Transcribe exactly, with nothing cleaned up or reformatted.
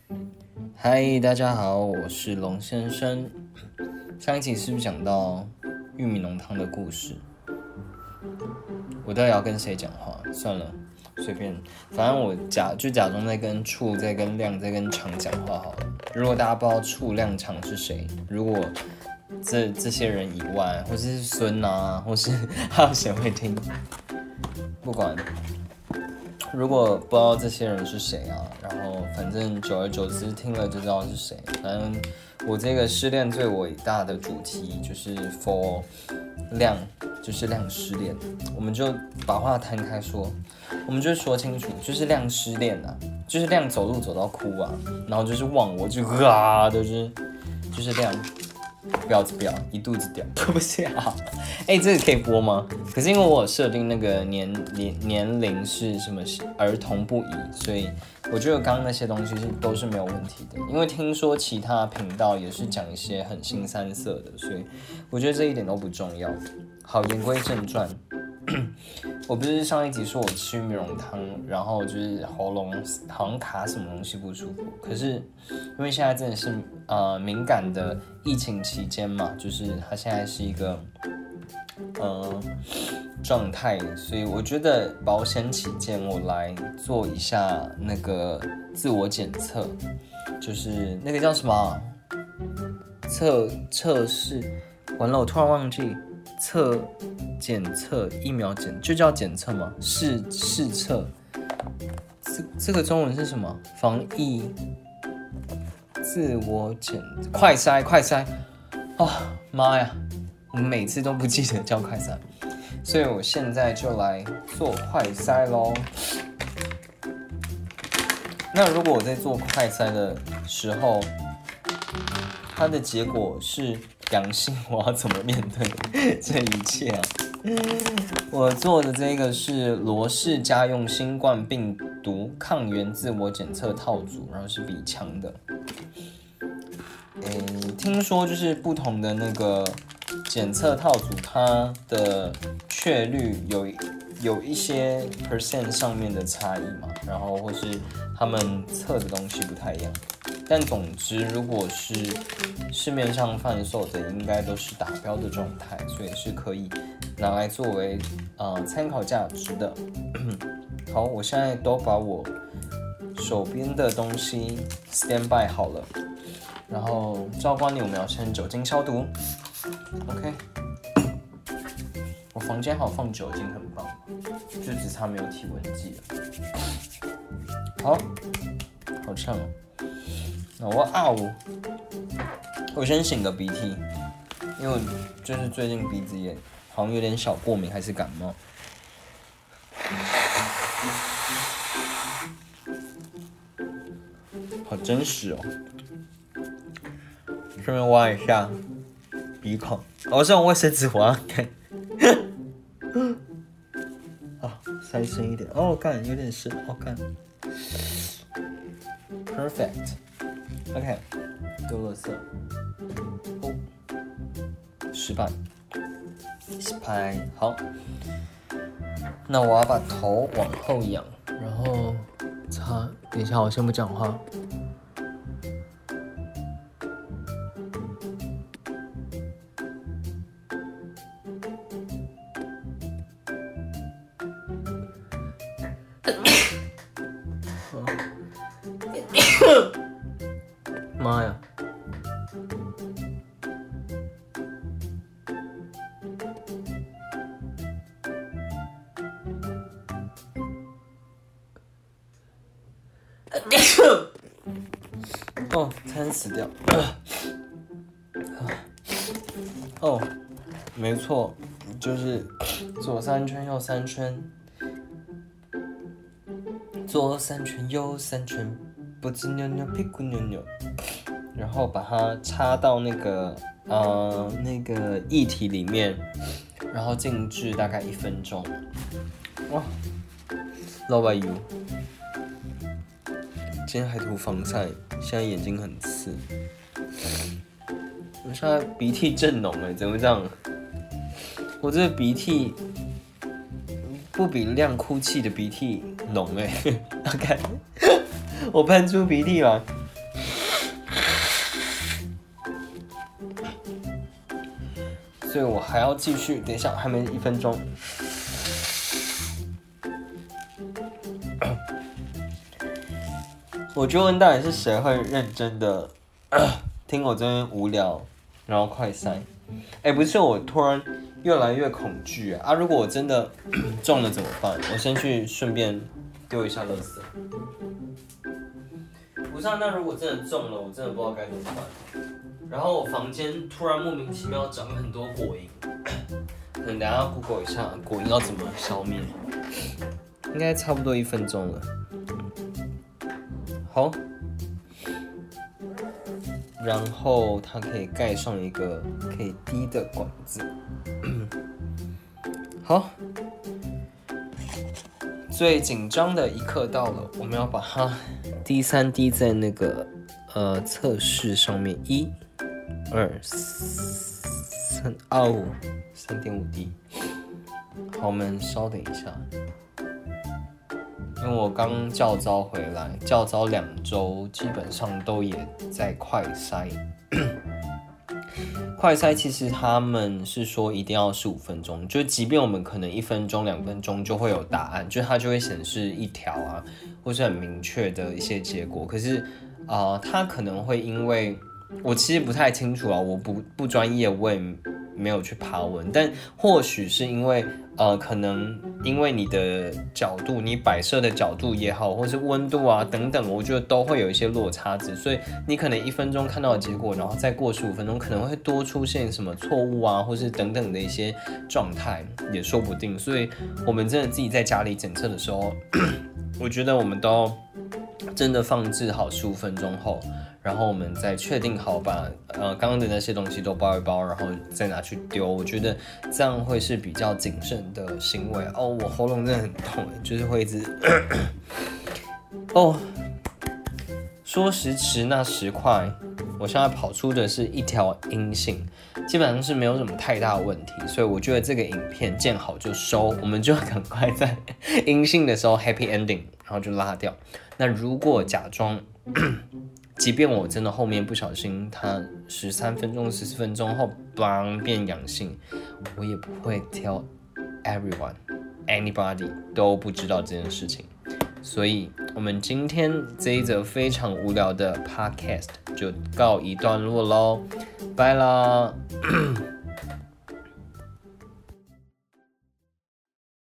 嗨，大家好，我是龙先生。上一集是不是讲到玉米浓汤的故事？我到底要跟谁讲话？算了，随便，反正我假就假装在跟处、在跟亮、在跟长讲话好了。如果大家不知道处、亮、长是谁，如果这这些人以外，或是孙啊，或是还有谁会听，不管。如果不知道这些人是谁啊，然后反正久而久之听了就知道是谁。反正我这个失恋最伟大的主题就是 for 亮，就是亮失恋。我们就把话摊开说，我们就说清楚，就是亮失恋啊，就是亮走路走到哭啊，然后就是忘我就啊，就是就是亮。婊子婊，一肚子屌，不是啊？哎、欸，这个可以播吗？可是因为我有设定那个年年年龄是什么儿童不宜，所以我觉得刚刚那些东西是都是没有问题的。因为听说其他频道也是讲一些很腥膻色的，所以我觉得这一点都不重要。好，言归正传。我不是上一集说我吃玉米浓汤，然后就是喉咙好像卡什么东西不舒服。可是因为现在真的是呃敏感的疫情期间嘛，就是它现在是一个呃状态，所以我觉得保险起见，我来做一下那个自我检测，就是那个叫什么测测试，完了我突然忘记。测检测疫苗检就叫检测吗？试试测，这这个中文是什么？防疫自我检快筛快筛哦，妈呀！我们每次都不记得叫快筛，所以我现在就来做快筛咯。那如果我在做快筛的时候，它的结果是阳性，我要怎么面对这一切啊？我做的这个是罗氏家用新冠病毒抗原自我检测套组，然后是比强的。诶，听说就是不同的那个检测套组，它的确率有有一些 percent 上面的差异嘛，然后或是他们测的东西不太一样。但总之，如果是市面上贩售的，应该都是达标的状态，所以是可以拿来作为呃参考价值的。好，我现在都把我手边的东西 stand by 好了，然后照惯例我们要先酒精消毒。OK， 我房间好放酒精，很棒，就只差没有体温计了。好，好呛哦。那我啊我，我先擤个鼻涕，因为我就是最近鼻子也好像有点小过敏，还是感冒。好真实哦！顺便挖一下鼻孔，我是用卫生纸挖，看。啊，塞深一点，哦，干，有点深，好看。Perfect。OK， 丢垃圾。哦，失败，失败。好，那我要把头往后仰，然后擦。等一下，我先不讲话。妈呀！哦，差点死掉。哦，没错，就是左三圈，右三圈，左三圈，右三圈，脖子扭扭，屁股扭扭，然后把它插到那个呃那个液体里面，然后静置大概一分钟。哇 ，Love by you。今天还涂防晒，现在眼睛很刺。我现在鼻涕正浓哎，怎么这样？我这个鼻涕不比亮哭泣的鼻涕浓哎，看，我喷出鼻涕了。 所以我还要继续。等一下，还没一分钟。我就问到底是谁会认真的听我这边无聊，然后快塞？哎、欸，不是，我突然越来越恐惧啊！啊，如果我真的中了怎么办？我先去顺便丢一下垃圾。不是啊，那如果真的中了，我真的不知道该怎么办。然后我房间突然莫名其妙长了很多果蝇，可能等一下要 Google 一下果蝇要怎么消灭。应该差不多一分钟了。好，然后它可以盖上一个可以滴的管子。好，最紧张的一刻到了，我们要把它滴三滴在那个呃测试上面，一、二、三，哦，三点五滴。好，我们稍等一下。因为我刚教招回来，教招两周，基本上都也在快筛。快筛其实他们是说一定要十五分钟，就即便我们可能一分钟、两分钟就会有答案，就它就会显示一条啊，或是很明确的一些结果。可是啊、呃，它可能会因为我其实不太清楚啊，我不不专业，我也没有去爬文，但或许是因为呃，可能因为你的角度，你摆设的角度也好，或是温度啊等等，我觉得都会有一些落差值，所以你可能一分钟看到的结果，然后再过十五分钟，可能会多出现什么错误啊，或是等等的一些状态，也说不定。所以我们真的自己在家里检测的时候，我觉得我们都真的放置好十五分钟后。然后我们再确定好把呃刚刚的那些东西都包一包，然后再拿去丢。我觉得这样会是比较谨慎的行为。哦，我喉咙真的很痛，就是会一直哦。说时迟那时快，我现在跑出的是一条阴性，基本上是没有什么太大的问题，所以我觉得这个影片见好就收，我们就赶快在阴性的时候 happy ending， 然后就拉掉。那如果假装即便我真的后面不小心，它十三分钟、十四分钟后，bang 变阳性，我也不会 tell everyone、anybody 都不知道这件事情。所以，我们今天这一则非常无聊的 podcast 就告一段落喽，拜啦。